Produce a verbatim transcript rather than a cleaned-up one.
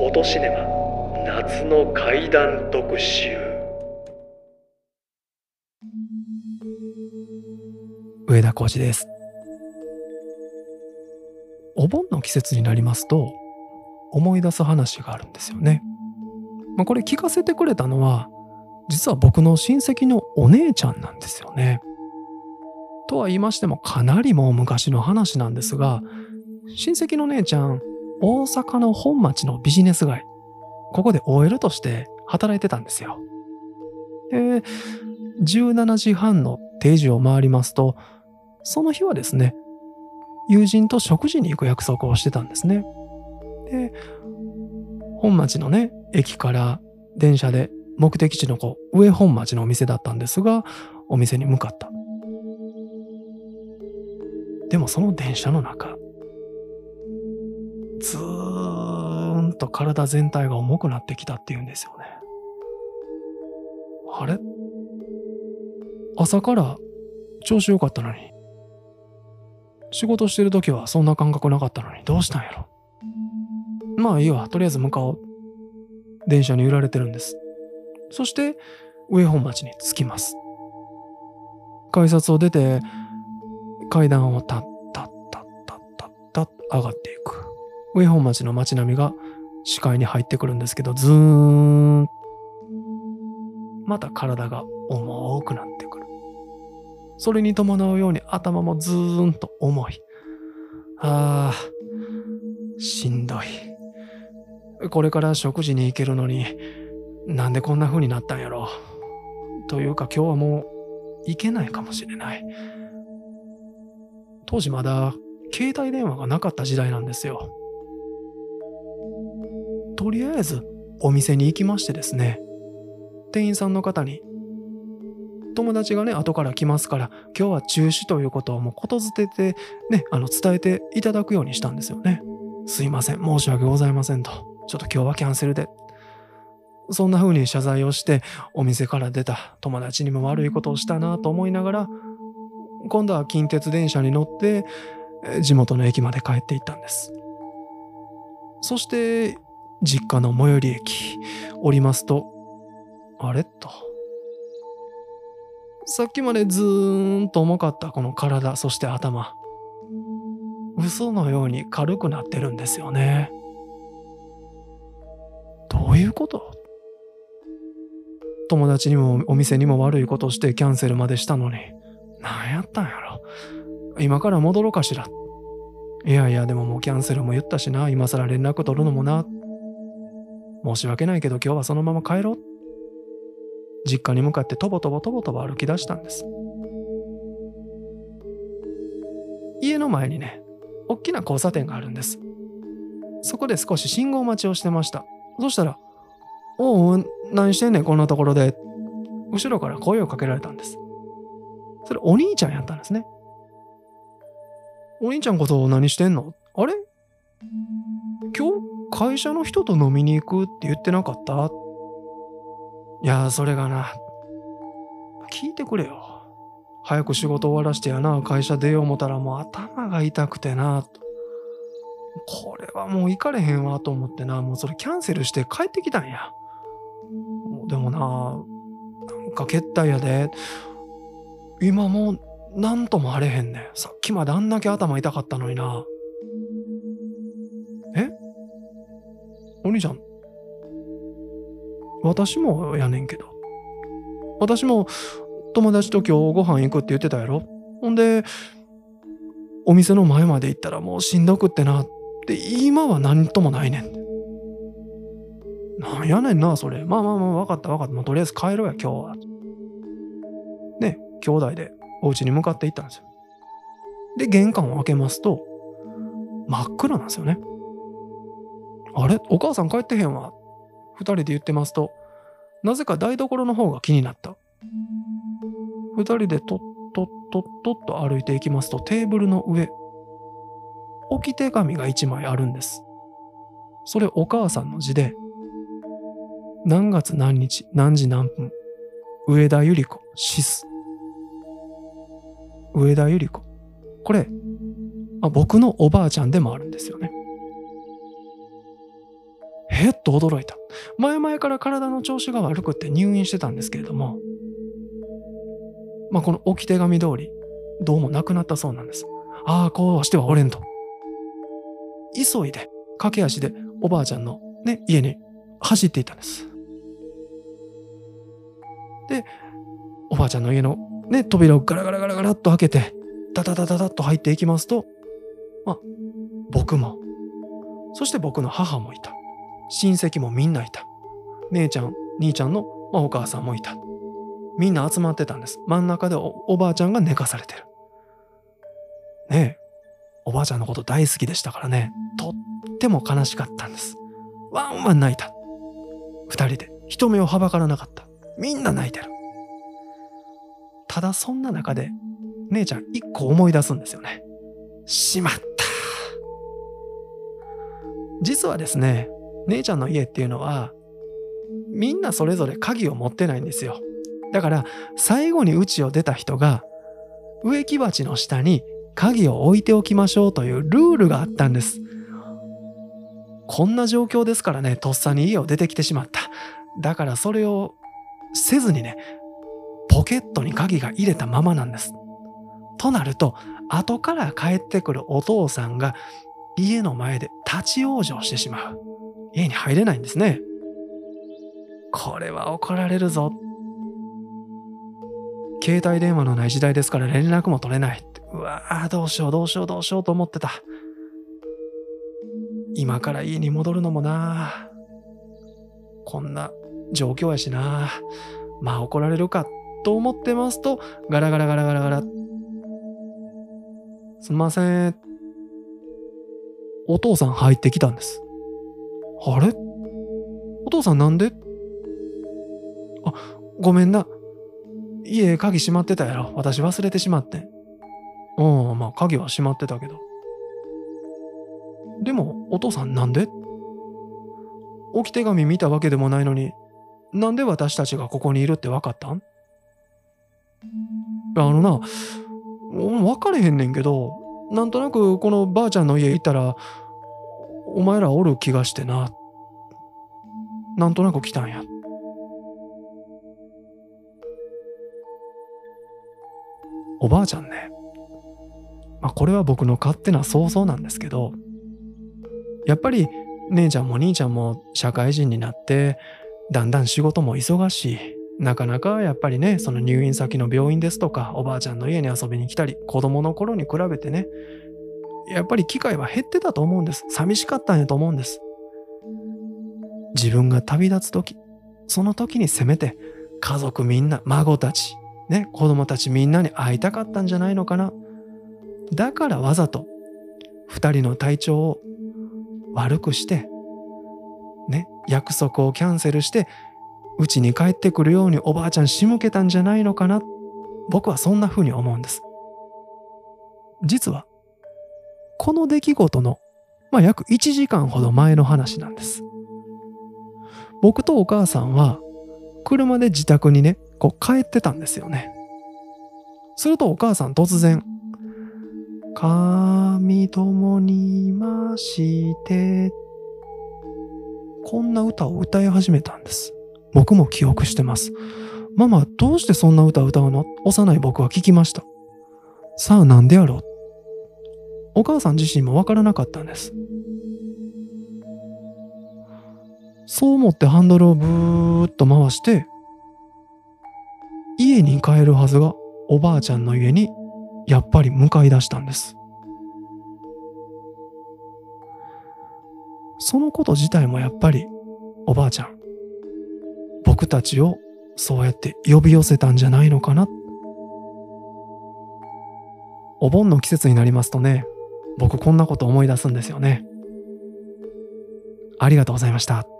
フォトシネマ夏の怪談特集。 上田浩司です。お盆の季節になりますと思い出す話があるんですよね。まあ、これ聞かせてくれたのは実は僕の親戚のお姉ちゃんなんですよね。とは言いましてもかなりもう昔の話なんですが、親戚の姉ちゃん大阪の本町のビジネス街、ここで オーエル として働いてたんですよ。でじゅうしちじはんの定時を回りますと、その日はですね友人と食事に行く約束をしてたんですね。で本町のね駅から電車で目的地のこう上本町のお店だったんですが、お店に向かった。でもその電車の中、ずーんと体全体が重くなってきたっていうんですよね。あれ、朝から調子良かったのに、仕事してる時はそんな感覚なかったのに、どうしたんやろ。まあいいわ、とりあえず向かおう。電車に揺られてるんです。そして上本町に着きます。改札を出て階段をタッタッタッタッタッタッ上がっていく。上本町の街並みが視界に入ってくるんですけど、ずーん、また体が重くなってくる。それに伴うように頭もずーんと重い。あー、しんどい。これから食事に行けるのになんでこんな風になったんやろ。というか今日はもう行けないかもしれない。当時まだ携帯電話がなかった時代なんですよ。とりあえずお店に行きましてですね、店員さんの方に友達がね後から来ますから今日は中止ということをもうことづててね、あの伝えていただくようにしたんですよね。すいません、申し訳ございませんと、ちょっと今日はキャンセルで。そんな風に謝罪をしてお店から出た友達にも悪いことをしたなと思いながら、今度は近鉄電車に乗って地元の駅まで帰っていったんです。そして実家の最寄り駅降りますと、あれと、さっきまでずーんと重かったこの体、そして頭、嘘のように軽くなってるんですよね。どういうこと？友達にもお店にも悪いことしてキャンセルまでしたのに、何やったんやろ。今から戻ろうかしら。いやいや、でももうキャンセルも言ったしな、今更連絡取るのもな。申し訳ないけど今日はそのまま帰ろう。実家に向かってとぼとぼとぼとぼ歩き出したんです。家の前にね、大きな交差点があるんです。そこで少し信号待ちをしてました。そしたら、おう、何してんねんこんなところで。後ろから声をかけられたんです。それお兄ちゃんやったんですね。お兄ちゃんこそ何してんの？あれ？今日会社の人と飲みに行くって言ってなかった？いや、それがな。聞いてくれよ。早く仕事終わらしてやな、会社出よう思ったらもう頭が痛くてな。これはもう行かれへんわと思ってな、もうそれキャンセルして帰ってきたんや。でもな、なんかけったいやで。今もうなんともあれへんねん。さっきまであんだけ頭痛かったのにな。え？お兄ちゃん、私もやねんけど。私も友達と今日ご飯行くって言ってたやろ。ほんで、お店の前まで行ったらもうしんどくってなって、今は何ともないねん。なんやねんな、それ。まあまあまあ、わかったわかった。もうとりあえず帰ろうや、今日は。ね、兄弟でお家に向かって行ったんですよ。で、玄関を開けますと、真っ暗なんですよね。あれ？お母さん帰ってへんわ。二人で言ってますと、なぜか台所の方が気になった。二人でとっとっとっとっと歩いていきますと、テーブルの上、置き手紙が一枚あるんです。それお母さんの字で、何月何日何時何分、上田百合子シス。上田百合子、これあ僕のおばあちゃんでもあるんですよね。 へっと驚いた。前々から体の調子が悪くって入院してたんですけれども、まあ、この置き手紙通り、どうも亡くなったそうなんです。ああ、こうはしてはおれんと。急いで、駆け足でおばあちゃんのね、家に走っていったんです。で、おばあちゃんの家のね、扉をガラガラガラガラっと開けて、ダダダダダッと入っていきますと、まあ、僕も、そして僕の母もいた。親戚もみんないた。姉ちゃん、兄ちゃんの、まあ、お母さんもいた。みんな集まってたんです。真ん中で お, おばあちゃんが寝かされてる。ねえ、おばあちゃんのこと大好きでしたからね、とっても悲しかったんです。ワンワン泣いた。二人で人目をはばからなかった。みんな泣いてる。ただそんな中で姉ちゃん一個思い出すんですよね。しまった。実はですね、姉ちゃんの家っていうのはみんなそれぞれ鍵を持ってないんですよ。だから最後に家を出た人が植木鉢の下に鍵を置いておきましょうというルールがあったんです。こんな状況ですからね、とっさに家を出てきてしまった。だからそれをせずにね、ポケットに鍵が入れたままなんです。となると、後から帰ってくるお父さんが家の前で立ち往生してしまう。家に入れないんですね。これは怒られるぞ。携帯電話のない時代ですから連絡も取れない。うわぁ、どうしようどうしようどうしようと思ってた。今から家に戻るのもな、こんな状況やしな、まあ怒られるかと思ってますと、ガラガラガラガラガラ、すみません、お父さん入ってきたんです。あれ、お父さんなんで、あ、ごめんな、家鍵閉まってたやろ、私忘れてしまってん。うん、まあ鍵は閉まってたけど。でもお父さんなんで、置き手紙見たわけでもないのに、なんで私たちがここにいるって分かったん？あのな、分かれへんねんけど、なんとなくこのばあちゃんの家行ったらお前らおる気がしてな、なんとなく来たんや。おばあちゃんね、まあこれは僕の勝手な想像なんですけど、やっぱり姉ちゃんも兄ちゃんも社会人になってだんだん仕事も忙しい、なかなかやっぱりね、その入院先の病院ですとかおばあちゃんの家に遊びに来たり、子供の頃に比べてね、やっぱり機会は減ってたと思うんです。寂しかったんやと思うんです。自分が旅立つ時、その時にせめて家族みんな、孫たちね、子供たちみんなに会いたかったんじゃないのかな。だからわざと二人の体調を悪くしてね、約束をキャンセルして家に帰ってくるようにおばあちゃん仕向けたんじゃないのかな。僕はそんな風に思うんです。実はこの出来事の、まあ、約いちじかんほど前の話なんです。僕とお母さんは車で自宅にね、こう帰ってたんですよね。するとお母さん突然、神共にいましてこんな歌を歌い始めたんです。僕も記憶してます。ママ、どうしてそんな歌を歌うの？幼い僕は聞きました。さあなんでやろう。お母さん自身もわからなかったんです。そう思ってハンドルをブーッと回して家に帰るはずがおばあちゃんの家にやっぱり向かい出したんです。そのこと自体もやっぱりおばあちゃん、僕たちをそうやって呼び寄せたんじゃないのかな。お盆の季節になりますとね、僕こんなこと思い出すんですよね。ありがとうございました。